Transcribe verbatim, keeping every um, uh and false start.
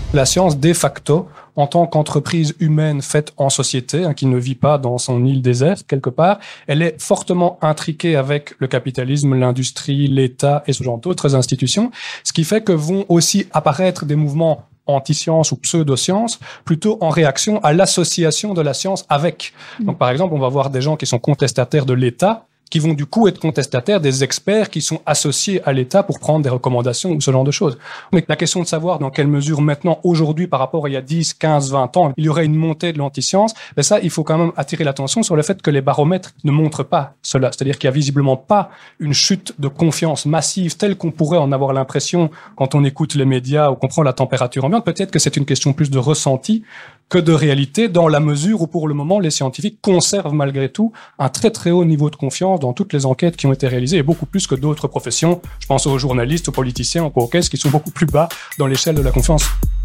La science, de facto, en tant qu'entreprise humaine faite en société, hein, qui ne vit pas dans son île déserte quelque part, elle est fortement intriquée avec le capitalisme, l'industrie, l'État et ce genre d'autres institutions, ce qui fait que vont aussi apparaître des mouvements anti-science ou pseudo-science, plutôt en réaction à l'association de la science avec. Donc, par exemple, on va voir des gens qui sont contestataires de l'État, qui vont du coup être contestataires des experts qui sont associés à l'État pour prendre des recommandations ou ce genre de choses. Mais la question de savoir dans quelle mesure maintenant, aujourd'hui, par rapport à il y a dix, quinze, vingt ans, il y aurait une montée de l'anti-science, ben ça, il faut quand même attirer l'attention sur le fait que les baromètres ne montrent pas cela. C'est-à-dire qu'il y a visiblement pas une chute de confiance massive telle qu'on pourrait en avoir l'impression quand on écoute les médias ou qu'on prend la température ambiante. Peut-être que c'est une question plus de ressenti que de réalité, dans la mesure où, pour le moment, les scientifiques conservent malgré tout un très très haut niveau de confiance dans toutes les enquêtes qui ont été réalisées, et beaucoup plus que d'autres professions. Je pense aux journalistes, aux politiciens, aux caisses, qui sont beaucoup plus bas dans l'échelle de la confiance.